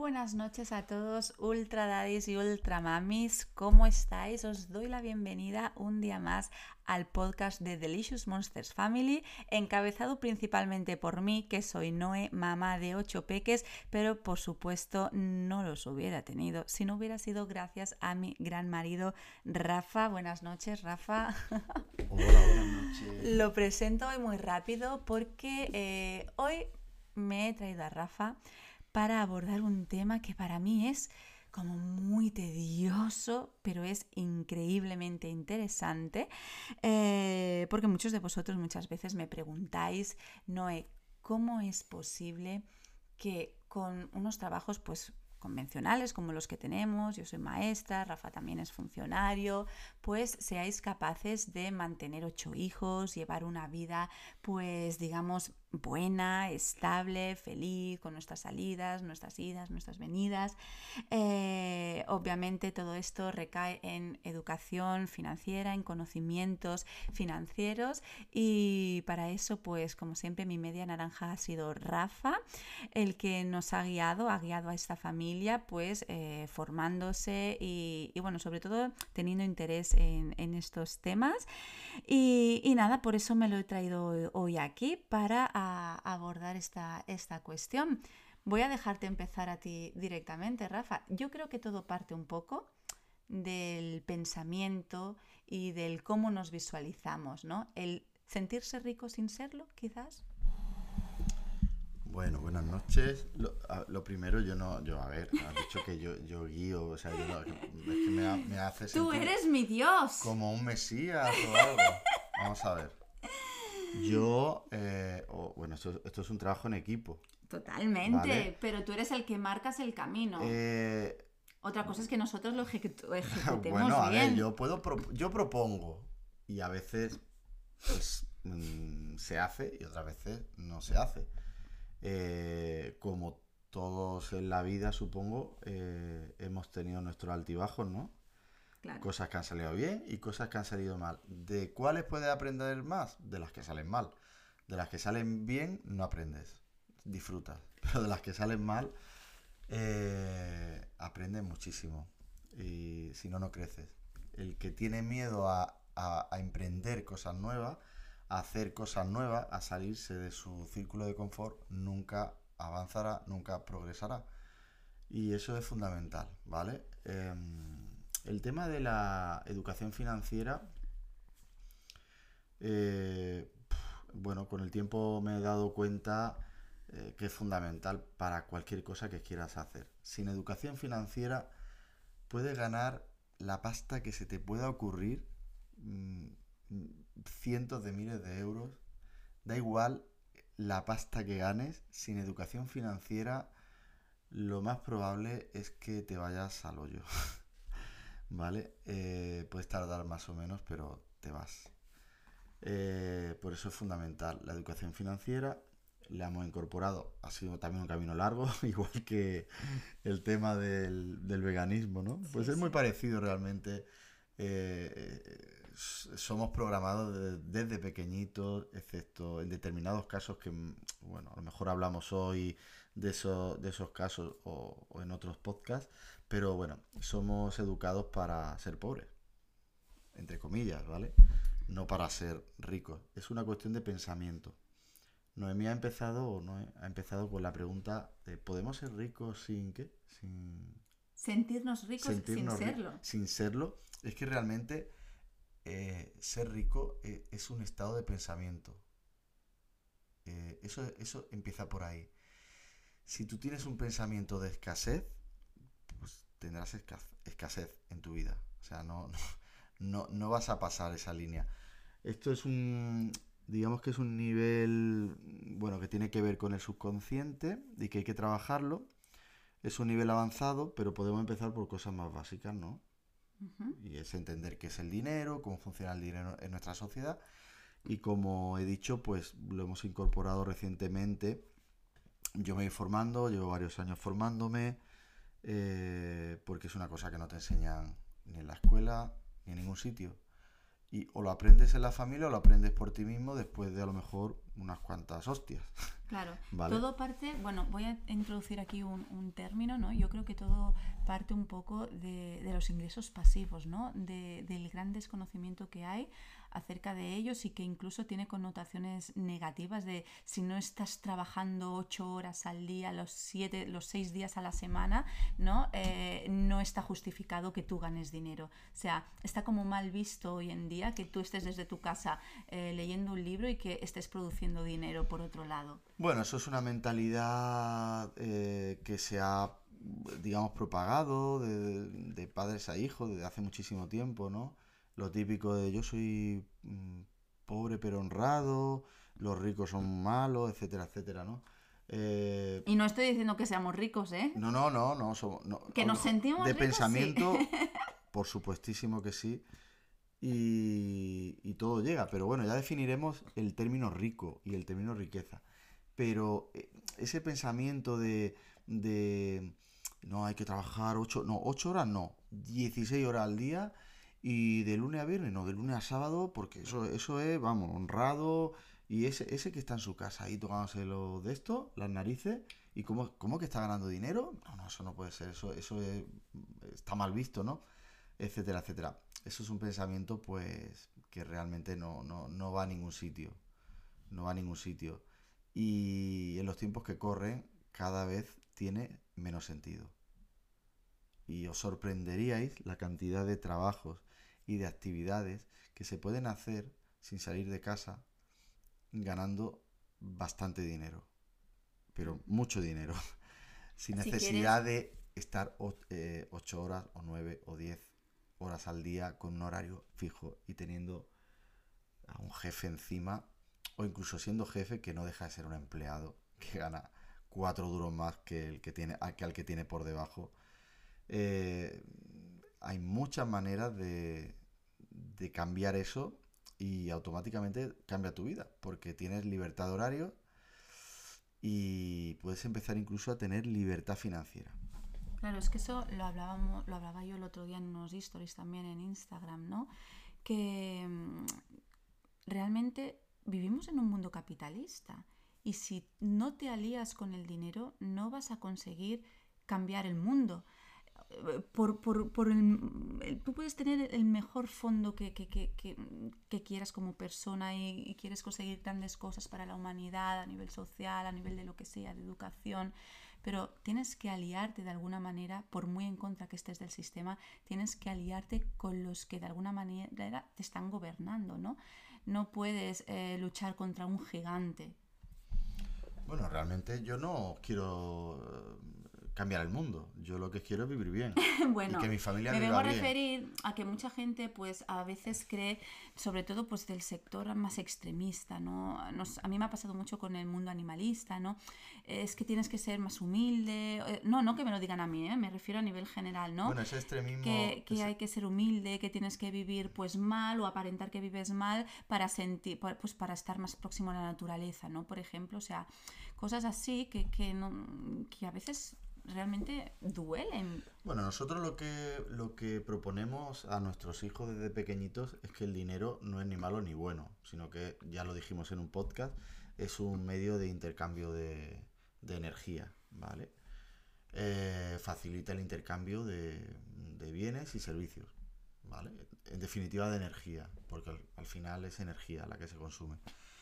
buenas noches a todos, Ultra Daddies y Ultra Mamis. ¿Cómo estáis? Os doy la bienvenida un día más al podcast de Delicious Monsters Family, encabezado principalmente por mí, que soy Noé, mamá de 8 peques, pero por supuesto no los hubiera tenido si no hubiera sido gracias a mi gran marido Rafa. Buenas noches, Rafa. Hola, buenas noches. Lo presento hoy muy rápido porque hoy me he traído a Rafa para abordar un tema que para mí es como muy tedioso, pero es increíblemente interesante, porque muchos de vosotros muchas veces me preguntáis, Noé, ¿cómo es posible que con unos trabajos pues convencionales como los que tenemos, yo soy maestra, Rafa también es funcionario, pues seáis capaces de mantener 8 hijos, llevar una vida pues digamos buena, estable, feliz, con nuestras salidas, nuestras idas, nuestras venidas? Obviamente todo esto recae en educación financiera, en conocimientos financieros, y para eso pues como siempre mi media naranja ha sido Rafa, el que nos ha guiado a esta familia pues formándose y bueno, sobre todo teniendo interés en estos temas. Y nada, por eso me lo he traído hoy aquí para abordar esta cuestión. Voy a dejarte empezar a ti directamente, Rafa. Yo creo que todo parte un poco del pensamiento y del cómo nos visualizamos, ¿no? El sentirse rico sin serlo, quizás. Bueno, buenas noches. Lo primero, a ver, has dicho que yo guío, o sea, es que me hace ¡Tú sentir eres mi Dios! como un mesías o algo. Vamos a ver. Bueno, esto es un trabajo en equipo, ¿vale? Totalmente, pero tú eres el que marcas el camino. Eh, Otra cosa es que nosotros lo ejecutemos bueno, a ver, bien. yo propongo y a veces pues se hace y otras veces no se hace. Como todos en la vida, supongo, hemos tenido nuestros altibajos, ¿no? Claro. Cosas que han salido bien y cosas que han salido mal. ¿De cuáles puedes aprender más? De las que salen mal. De las que salen bien, no aprendes, disfrutas. Pero de las que salen mal, aprendes muchísimo. Y si no, no creces. El que tiene miedo a emprender cosas nuevas, a hacer cosas nuevas, a salirse de su círculo de confort, nunca avanzará, nunca progresará. Y eso es fundamental, ¿vale? El tema de la educación financiera, eh, bueno, con el tiempo me he dado cuenta que es fundamental para cualquier cosa que quieras hacer. Sin educación financiera puedes ganar la pasta que se te pueda ocurrir, mm, cientos de miles de euros, da igual la pasta que ganes, sin educación financiera lo más probable es que te vayas al hoyo, ¿vale? Puedes tardar más o menos, pero te vas. Por eso es fundamental la educación financiera. La hemos incorporado, ha sido también un camino largo, igual que el tema del veganismo, ¿no? Pues Sí, es muy sí. parecido realmente. Somos programados desde pequeñitos, excepto en determinados casos que, bueno, a lo mejor hablamos hoy de esos casos o en otros podcasts, pero bueno, somos educados para ser pobres, entre comillas, ¿vale? No para ser ricos. Es una cuestión de pensamiento. Noemí ha empezado con la pregunta de ¿podemos ser ricos sin qué? Sin Sentirnos ricos sin sentirnos ricos, serlo. sin serlo. Es que realmente ser rico es un estado de pensamiento. Eso empieza por ahí. Si tú tienes un pensamiento de escasez, pues tendrás escasez en tu vida. O sea, no vas a pasar esa línea. Esto es digamos que es un nivel, bueno, que tiene que ver con el subconsciente y que hay que trabajarlo. Es un nivel avanzado, pero podemos empezar por cosas más básicas, ¿no? Ujú. Y es entender qué es el dinero, cómo funciona el dinero en nuestra sociedad. Y como he dicho, pues lo hemos incorporado recientemente. Yo me voy formando, llevo varios años formándome, porque es una cosa que no te enseñan ni en la escuela ni en ningún sitio. Y o lo aprendes en la familia o lo aprendes por ti mismo después de a lo mejor unas cuantas hostias. Claro, ¿Vale? todo parte, bueno, voy a introducir aquí un término, ¿no? Yo creo que todo parte un poco de los ingresos pasivos, ¿no? Del gran desconocimiento que hay acerca de ellos y que incluso tiene connotaciones negativas de si no estás trabajando 8 horas al día, los 6 días a la semana, ¿no? No está justificado que tú ganes dinero. O sea, está como mal visto hoy en día que tú estés desde tu casa leyendo un libro y que estés produciendo dinero por otro lado. Bueno, eso es una mentalidad que se ha, digamos, propagado de padres a hijos desde hace muchísimo tiempo, ¿no? Lo típico de yo soy pobre pero honrado, los ricos son malos, etcétera, etcétera, ¿no? Eh, Y no estoy diciendo que seamos ricos, ¿eh? no, no, no, no, no, Que nos sentimos de ricos, sí. pensamiento, por supuestísimo que sí, y todo llega, pero bueno, ya definiremos el término rico y el término riqueza. Pero ese pensamiento de no hay que trabajar 8 horas no, 16 horas al día y de lunes a viernes, no, de lunes a sábado, porque eso es, vamos, honrado. Y ese que está en su casa ahí tocándose lo de esto, las narices, y cómo que está ganando dinero, no, no, eso no puede ser, está mal visto, ¿no? Etcétera, etcétera. Eso es un pensamiento, pues, que realmente no va a ningún sitio. No va a ningún sitio. Y en los tiempos que corren, cada vez tiene menos sentido. Y os sorprenderíais la cantidad de trabajos y de actividades que se pueden hacer sin salir de casa, ganando bastante dinero. Pero mucho dinero. Sin Si quieres, necesidad de estar 8 horas o 9 o 10 horas al día con un horario fijo y teniendo a un jefe encima, o incluso siendo jefe que no deja de ser un empleado que gana 4 duros más que el que tiene, que al que tiene por debajo. Eh, Hay muchas maneras de cambiar eso y automáticamente cambia tu vida porque tienes libertad de horario y puedes empezar incluso a tener libertad financiera. claro, es que eso lo hablaba yo el otro día en unos stories también en Instagram, ¿no? Que realmente vivimos en un mundo capitalista y si no te alías con el dinero no vas a conseguir cambiar el mundo. Tú puedes tener el mejor fondo que quieras como persona y quieres conseguir grandes cosas para la humanidad a nivel social, a nivel de lo que sea, de educación, pero tienes que aliarte de alguna manera, por muy en contra que estés del sistema, tienes que aliarte con los que de alguna manera te están gobernando, ¿no? No puedes luchar contra un gigante. Bueno, realmente yo no quiero cambiar el mundo. Yo lo que quiero es vivir bien y que Bueno, mi familia me vengo viva a bien. referir a que mucha gente pues a veces cree, sobre todo pues del sector más extremista, ¿no? A mí me ha pasado mucho con el mundo animalista, ¿no? Es que tienes que ser más humilde. No que me lo digan a mí, ¿eh? Me refiero a nivel general, ¿no? Bueno, ese extremismo, Que hay que ser humilde, que tienes que vivir pues mal o aparentar que vives mal para sentir, pues para estar más próximo a la naturaleza, ¿no? Por ejemplo, o sea, cosas así que a veces realmente duelen. bueno, nosotros lo que proponemos a nuestros hijos desde pequeñitos es que el dinero no es ni malo ni bueno, sino que, ya lo dijimos en un podcast, es un medio de intercambio de energía, ¿vale? Facilita el intercambio de bienes y servicios, ¿vale? En definitiva de energía, porque al final es energía la que se consume.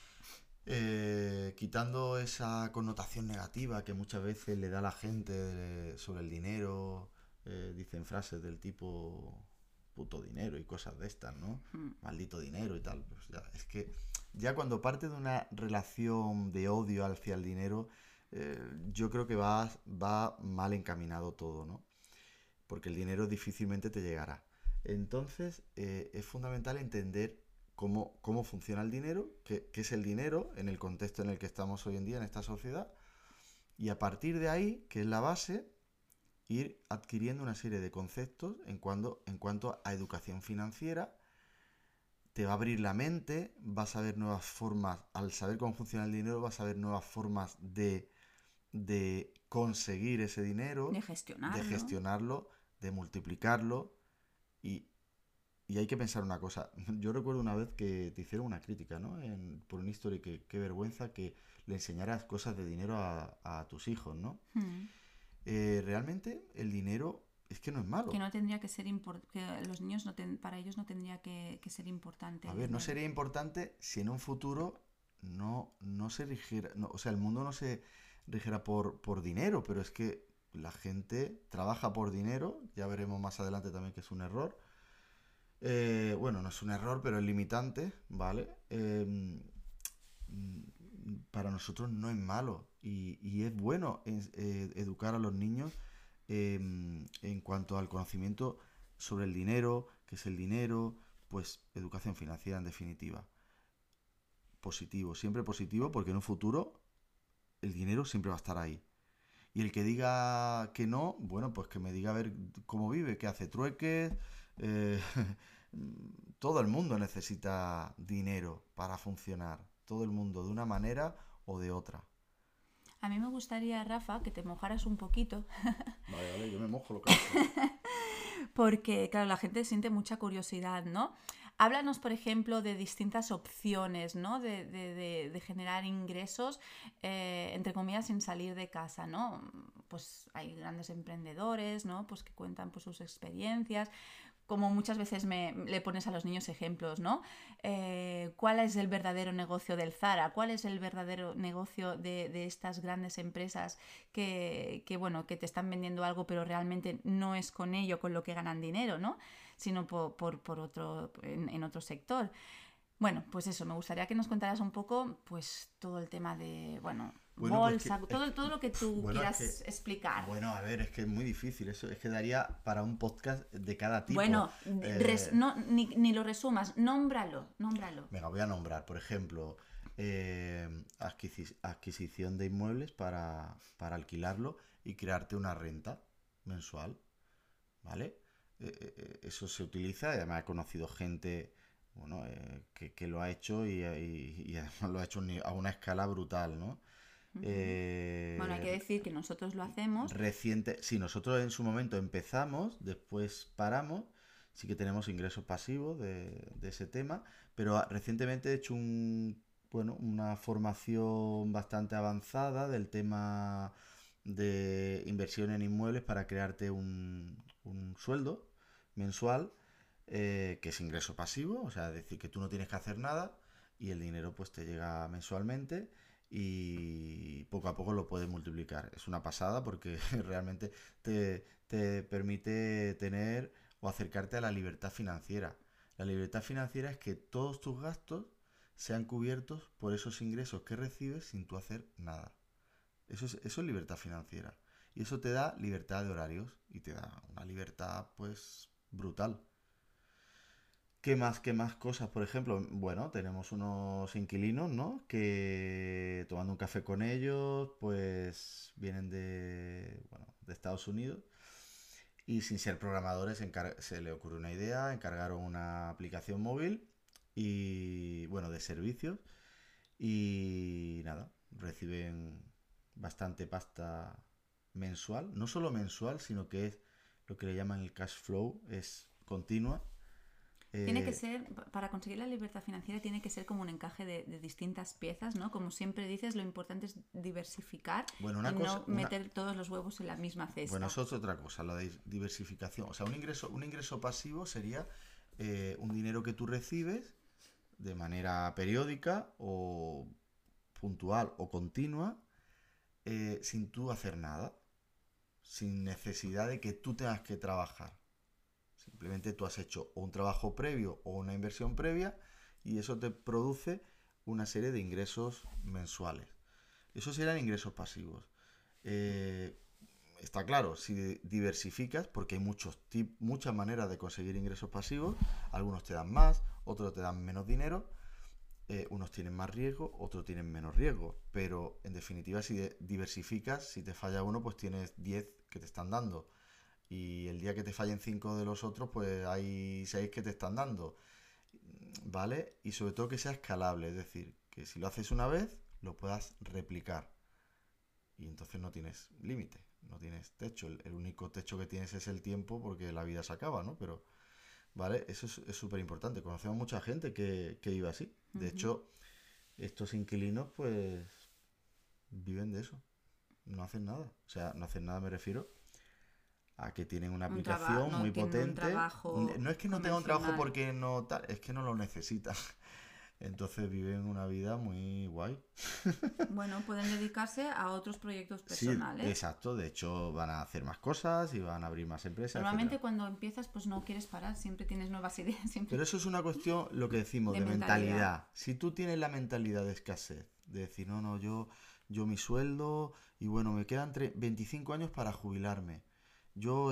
Quitando esa connotación negativa que muchas veces le da a la gente sobre el dinero, dicen frases del tipo puto dinero y cosas de estas, ¿no? Mm. Maldito dinero y tal. Pues ya, es que ya cuando parte de una relación de odio hacia el dinero, yo creo que va mal encaminado todo, ¿no? Porque el dinero difícilmente te llegará. Entonces, es fundamental entender cómo funciona el dinero, qué es el dinero en el contexto en el que estamos hoy en día en esta sociedad, y a partir de ahí, que es la base, ir adquiriendo una serie de conceptos en cuanto a educación financiera. Te va a abrir la mente, vas a ver nuevas formas, al saber cómo funciona el dinero, vas a ver nuevas formas de conseguir ese dinero, De de gestionarlo. gestionarlo, de multiplicarlo y y hay que pensar una cosa. Yo recuerdo una vez que te hicieron una crítica, ¿no? Por un history que qué vergüenza que le enseñaras cosas de dinero a tus hijos, ¿no? Mm. Realmente el dinero es que no es Que malo. no tendría que ser que los niños para ellos no tendría que ser importante A el ver, no dinero. sería importante si en un futuro no se rigiera, o sea, el mundo no se rigiera por dinero, pero es que la gente trabaja por dinero, ya veremos más adelante también que es un error. Bueno, no es un error, pero es limitante, ¿vale? Para nosotros no es malo y es bueno educar a los niños en cuanto al conocimiento sobre el dinero, qué es el dinero, pues educación financiera en definitiva. Positivo, siempre positivo, porque en un futuro el dinero siempre va a estar ahí. Y el que diga que no, bueno, pues que me diga a ver cómo vive, qué hace trueques. eh, Todo el mundo necesita dinero para funcionar. Todo el mundo, de una manera o de otra. A mí me gustaría, Rafa, que te mojaras un poquito, Vale, vale, yo me mojo lo que sea. porque, claro, la gente siente mucha curiosidad, ¿no? Háblanos, por ejemplo, de distintas opciones, ¿no? De generar ingresos, entre comillas, sin salir de casa, ¿no? Pues hay grandes emprendedores, ¿no? Pues que cuentan pues, sus experiencias. Como muchas veces le pones a los niños ejemplos, ¿no? ¿Cuál es el verdadero negocio del Zara? ¿Cuál es el verdadero negocio de estas grandes empresas bueno, que te están vendiendo algo, pero realmente no es con ello con lo que ganan dinero, ¿no? Sino por otro, en otro sector. Bueno, pues eso, me gustaría que nos contaras un poco, pues, todo el tema de, bueno, Bueno, pues bolsa, todo lo que tú bueno, quieras explicar. bueno, a ver, es que es muy difícil eso, es que daría para un podcast de cada tipo. Bueno, Eh, no, ni lo resumas, nómbralo. Venga, voy a nombrar, por ejemplo, adquisición de inmuebles para alquilarlo y crearte una renta mensual, ¿vale? Eso se utiliza y además he conocido gente, bueno, que lo ha hecho y además lo ha hecho a una escala brutal, ¿no? Bueno, hay Eh, que decir que nosotros lo hacemos. Reciente, sí, nosotros en su momento empezamos, después paramos, sí que tenemos ingresos pasivos de ese tema, pero recientemente he hecho bueno, una formación bastante avanzada del tema de inversión en inmuebles para crearte un sueldo mensual, que es ingreso pasivo, o sea, es decir, que tú no tienes que hacer nada y el dinero pues te llega mensualmente y poco a poco lo puedes multiplicar. Es una pasada porque realmente te permite tener o acercarte a la libertad financiera. La libertad financiera es que todos tus gastos sean cubiertos por esos ingresos que recibes sin tú hacer nada. Eso es libertad financiera. Y eso te da libertad de horarios y te da una libertad pues brutal. Qué más cosas? Por ejemplo, bueno, tenemos unos inquilinos, ¿no? Que tomando un café con ellos, pues vienen bueno, de Estados Unidos y sin ser programadores se le ocurrió una idea, encargaron una aplicación móvil y, bueno, de servicios y nada, reciben bastante pasta mensual, no solo mensual, sino que es lo que le llaman el cash flow, es continua. Tiene que Eh, ser, para conseguir la libertad financiera, tiene que ser como un encaje de distintas piezas, ¿no? Como siempre dices, lo importante es diversificar bueno, y una cosa, no meter todos los huevos en la misma bueno, cesta. eso es otra cosa, la diversificación. O sea, un ingreso pasivo sería un dinero que tú recibes de manera periódica o puntual o continua, sin tú hacer nada, sin necesidad de que tú tengas que trabajar. Simplemente tú has hecho un trabajo previo o una inversión previa y eso te produce una serie de ingresos mensuales. Esos serían ingresos pasivos. Eh, Está claro, si diversificas, porque hay muchas maneras de conseguir ingresos pasivos, algunos te dan más, otros te dan menos dinero, unos tienen más riesgo, otros tienen menos riesgo, pero en definitiva si diversificas, si te falla uno, pues tienes 10 que te están dando y el día que te fallen 5 de los otros, pues hay 6 que te están dando, ¿vale? Y sobre todo que sea escalable, es decir, que si lo haces una vez, lo puedas replicar y entonces no tienes límite, no tienes techo. El único techo que tienes es el tiempo porque la vida se acaba, ¿no? Pero ¿vale? Eso es súper importante. Conocemos mucha gente que vive así. De hecho, estos inquilinos, pues, viven de eso. No hacen nada. O sea, no hacen nada, me refiero a que tienen una aplicación No muy tienen un potente. trabajo No es que no tenga un trabajo convencional. porque no tal, es que no lo necesitan. Entonces viven una vida muy guay. Bueno, pueden dedicarse a otros proyectos Sí, personales. exacto. De hecho, van a hacer más cosas y van a abrir más empresas, etcétera. Normalmente cuando empiezas pues no quieres parar, siempre tienes nuevas ideas, siempre Pero eso es una cuestión, lo que decimos, de de mentalidad. mentalidad. Si tú tienes la mentalidad de escasez, de decir, no, no, yo mi sueldo y bueno, me quedan 25 años para jubilarme. Yo,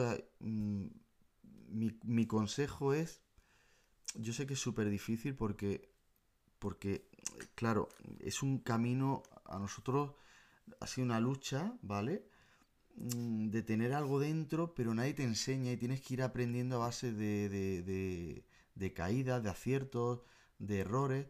mi consejo es, yo sé que es súper difícil porque, claro, es un camino, a nosotros ha sido una lucha, ¿vale? De tener algo dentro, pero nadie te enseña y tienes que ir aprendiendo a base de caídas, de aciertos, de errores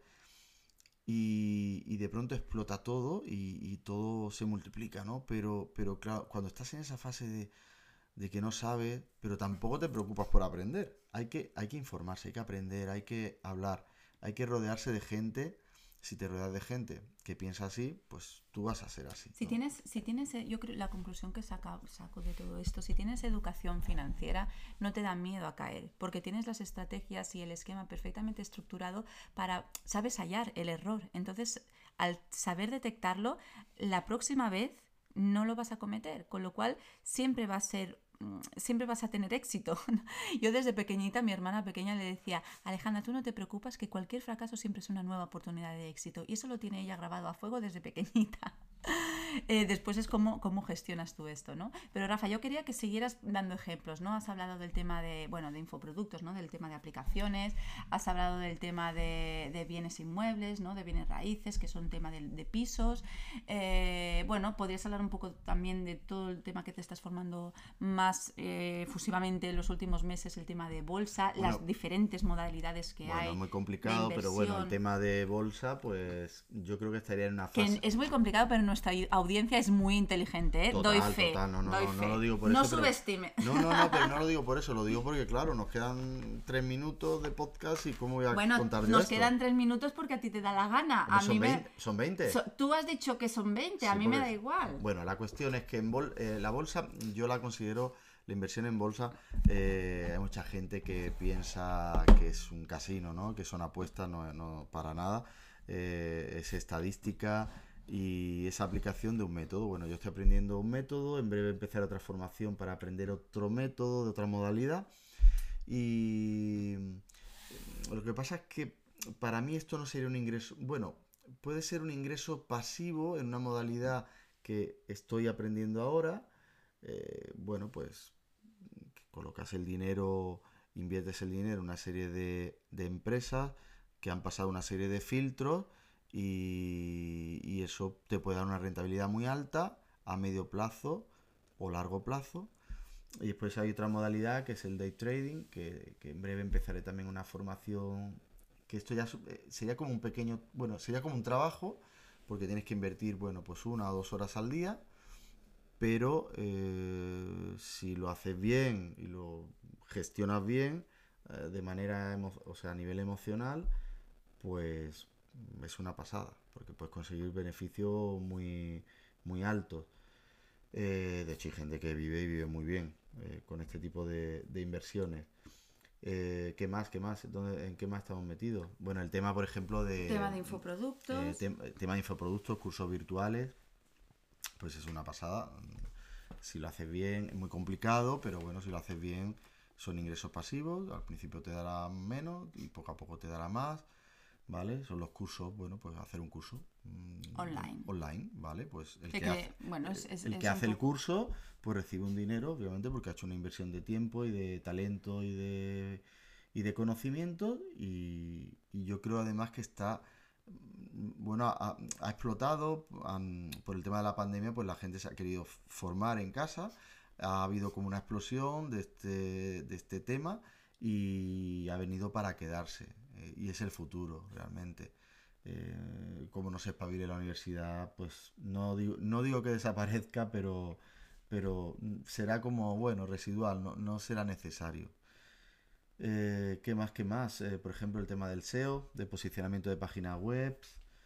y de pronto explota todo y todo se multiplica, ¿no? Pero claro, cuando estás en esa fase de que no sabes, pero tampoco te preocupas por aprender, hay que informarse, hay que aprender, hay que hablar, hay que rodearse de gente. Si te rodeas de gente que piensa así, pues tú vas a ser así, ¿no? Yo creo la conclusión que saco de todo esto, si tienes educación financiera, no te da miedo a caer, porque tienes las estrategias y el esquema perfectamente estructurado para, sabes hallar el error. Entonces, al saber detectarlo, la próxima vez no lo vas a cometer, con lo cual siempre vas a tener éxito. Yo desde pequeñita, mi hermana pequeña le decía, Alejandra, tú no te preocupas que cualquier fracaso siempre es una nueva oportunidad de éxito. Y eso lo tiene ella grabado a fuego desde pequeñita. Después es cómo gestionas tú esto, ¿no? Pero Rafa, yo quería que siguieras dando ejemplos, ¿no? Has hablado del tema de infoproductos, ¿no? Del tema de aplicaciones, has hablado del tema de bienes inmuebles, ¿no? De bienes raíces, que son tema de pisos. Podrías hablar un poco también de todo el tema que te estás formando más fusivamente en los últimos meses, el tema de bolsa, Bueno, las diferentes modalidades que bueno, hay muy de complicado, pero bueno, el inversión. tema de bolsa, pues yo creo que estaría en una Que fase. es muy complicado, pero nuestra audiencia es muy inteligente, ¿eh? Doy Total, fe, total, no, no, doy no, no lo fe. digo por No eso, pero. subestime. No, no, no, pero no lo digo por eso, lo digo porque, claro, nos quedan 3 minutos de podcast y cómo voy a Bueno, contar yo nos esto. quedan 3 minutos porque a ti te da la gana. Hombre, A mí son me... 20, son 20. Tú has dicho que son 20, a Sí, mí me porque. da igual. Bueno, la cuestión es que la bolsa, yo la considero, la inversión en bolsa, hay mucha gente que piensa que es un casino, ¿no? Que son apuestas, no, no para nada. Es estadística y es aplicación de un método. Bueno, yo estoy aprendiendo un método, en breve empezaré otra formación para aprender otro método de otra modalidad. Y lo que pasa es que para mí esto no sería un ingreso. Bueno, puede ser un ingreso pasivo en una modalidad que estoy aprendiendo ahora. Bueno, pues colocas el dinero, inviertes el dinero en una serie de empresas que han pasado una serie de filtros y eso te puede dar una rentabilidad muy alta a medio plazo o largo plazo. Y después hay otra modalidad que es el day trading, que en breve empezaré también una formación, que esto ya sería como un pequeño, bueno, sería como un trabajo, porque tienes que invertir, bueno, pues 1 o 2 horas al día, pero si lo haces bien y lo gestionas bien, de manera, o sea, a nivel emocional, pues es una pasada, porque puedes conseguir beneficios muy, muy altos. De hecho, hay gente que vive y vive muy bien con este tipo de inversiones. ¿Qué más? ¿Qué más? ¿En qué más estamos metidos? Bueno, el tema, por ejemplo, Tema de infoproductos. tema de infoproductos, cursos virtuales, pues es una pasada. Si lo haces bien, es muy complicado, pero bueno, si lo haces bien, son ingresos pasivos. Al principio te dará menos y poco a poco te dará más. ¿Vale? Son los cursos, bueno, pues hacer un curso Online. online, ¿vale? Pues Bueno, el que es un hace el poco... curso, pues recibe un dinero, obviamente, porque ha hecho una inversión de tiempo y de talento y de conocimiento y yo creo además que está, bueno, ha explotado por el tema de la pandemia, pues la gente se ha querido formar en casa, ha habido como una explosión de este tema y ha venido para quedarse y es el futuro realmente. Como no se espabile la universidad, pues no digo que desaparezca, pero será como, bueno, residual, no será necesario. ¿Qué más? ¿Qué más? Por ejemplo, el tema del SEO, de posicionamiento de páginas web.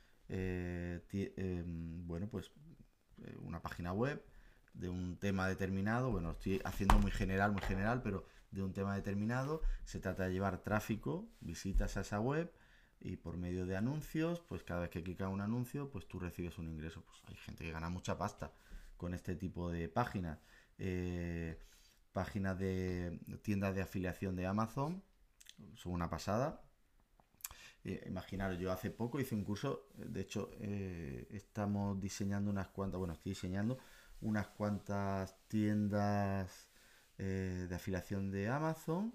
Bueno, pues una página web de un tema determinado. Bueno, estoy haciendo muy general, pero de un tema determinado. Se trata de llevar tráfico, visitas a esa web y por medio de anuncios, pues cada vez que clicas un anuncio, pues tú recibes un ingreso. Pues hay gente que gana mucha pasta con este tipo de páginas. Páginas de tiendas de afiliación de Amazon, son una pasada. Imaginaros, yo hace poco hice un curso, de hecho estamos diseñando estoy diseñando unas cuantas tiendas de afiliación de Amazon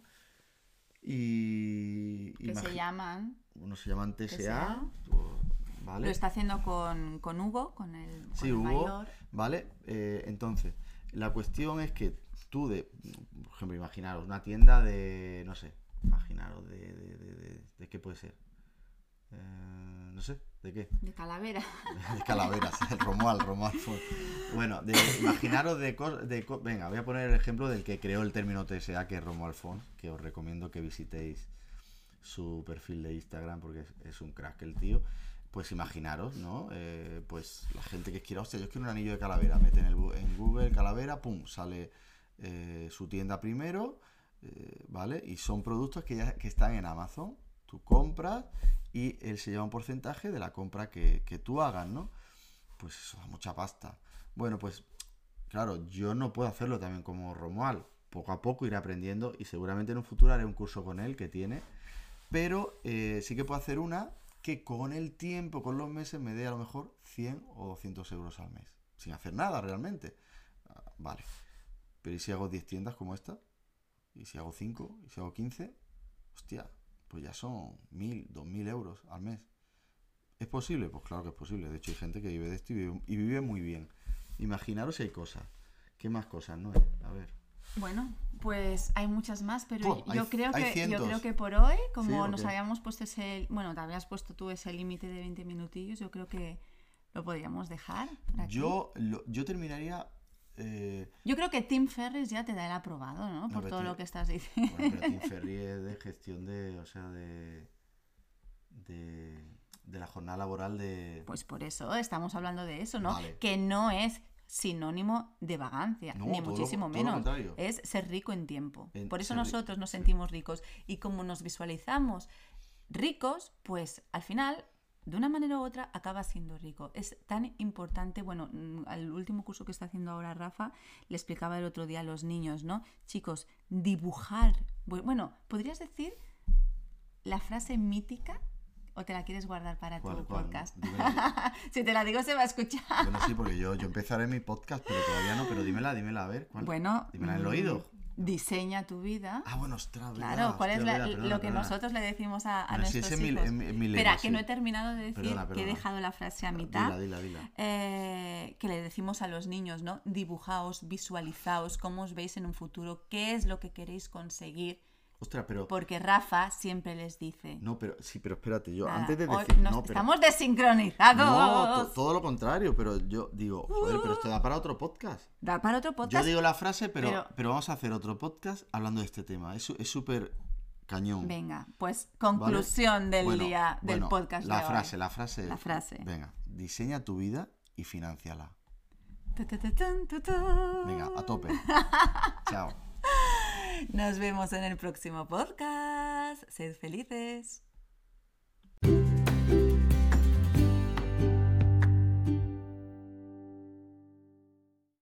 y que se llaman unos se llaman TSA, ¿vale? Lo está haciendo con Hugo, con el Hugo, mayor. ¿vale? Entonces, la cuestión es que tú, por ejemplo, imaginaros una tienda de, no sé, imaginaros de ¿qué puede ser? No sé, ¿de qué? De calavera. De calaveras, el Romuald. Bueno, imaginaros venga, voy a poner el ejemplo del que creó el término TSA, que es Romuald Fons, que os recomiendo que visitéis su perfil de Instagram porque es un crack el tío. Pues imaginaros, ¿no? Pues la gente que quiera, hostia, yo quiero un anillo de calavera, mete en Google calavera, pum, sale su tienda primero, ¿vale? Y son productos que están en Amazon, tú compras y él se lleva un porcentaje de la compra que tú hagas, ¿no? Pues eso da mucha pasta. Bueno, pues claro, yo no puedo hacerlo también como Romuald, poco a poco iré aprendiendo y seguramente en un futuro haré un curso con él que tiene, pero sí que puedo hacer una que con el tiempo, con los meses, me dé a lo mejor 100 o 200 euros al mes, sin hacer nada realmente. Vale, pero ¿y si hago 10 tiendas como esta? ¿Y si hago 5? ¿Y si hago 15? Hostia, pues ya son 1.000, 2.000 euros al mes. ¿Es posible? Pues claro que es posible. De hecho hay gente que vive de esto y vive muy bien. Imaginaros si hay cosas. ¿Qué más cosas, no? A ver. Bueno, pues hay muchas más, pero yo creo que por hoy, como nos habíamos puesto te habías puesto tú ese límite de 20 minutillos, yo creo que lo podríamos dejar por aquí. Yo terminaría... Yo creo que Tim Ferriss ya te da el aprobado, ¿no? Por todo lo que estás diciendo. Bueno, pero Tim Ferriss es de gestión de la jornada laboral de... Pues por eso estamos hablando de eso, ¿no? Vale. Que no es sinónimo de vagancia, no, ni muchísimo menos. Es ser rico en tiempo. Por eso nosotros nos sentimos ricos. Y como nos visualizamos ricos, pues al final, de una manera u otra, acaba siendo rico. Es tan importante, al último curso que está haciendo ahora Rafa, le explicaba el otro día a los niños, ¿no? Chicos, dibujar. Bueno, ¿podrías decir la frase mítica? ¿O te la quieres guardar para tu podcast? Si te la digo se va a escuchar. Bueno, sí, porque yo empezaré mi podcast, pero todavía no, pero dímela, a ver. ¿Cuál? Bueno, dímela en el oído. Diseña tu vida. Ah, bueno, ostras, claro, ¿cuál es lo que nosotros le decimos a nuestros hijos? Espera, que no he terminado de decir, que he dejado la frase a mitad. Dila. Que le decimos a los niños, ¿no? Dibujaos, visualizaos, cómo os veis en un futuro, qué es lo que queréis conseguir. Ostras, pero... Porque Rafa siempre les dice... No, pero espérate, yo antes de decir... Estamos desincronizados. No, todo lo contrario, pero yo digo, joder, pero esto da para otro podcast. ¿Da para otro podcast? Yo digo la frase, pero vamos a hacer otro podcast hablando de este tema. Es súper cañón. Venga, pues conclusión del día del podcast la de frase, hoy. La frase. Venga, diseña tu vida y financiala. Venga, a tope. Chao. Nos vemos en el próximo podcast. Sed felices.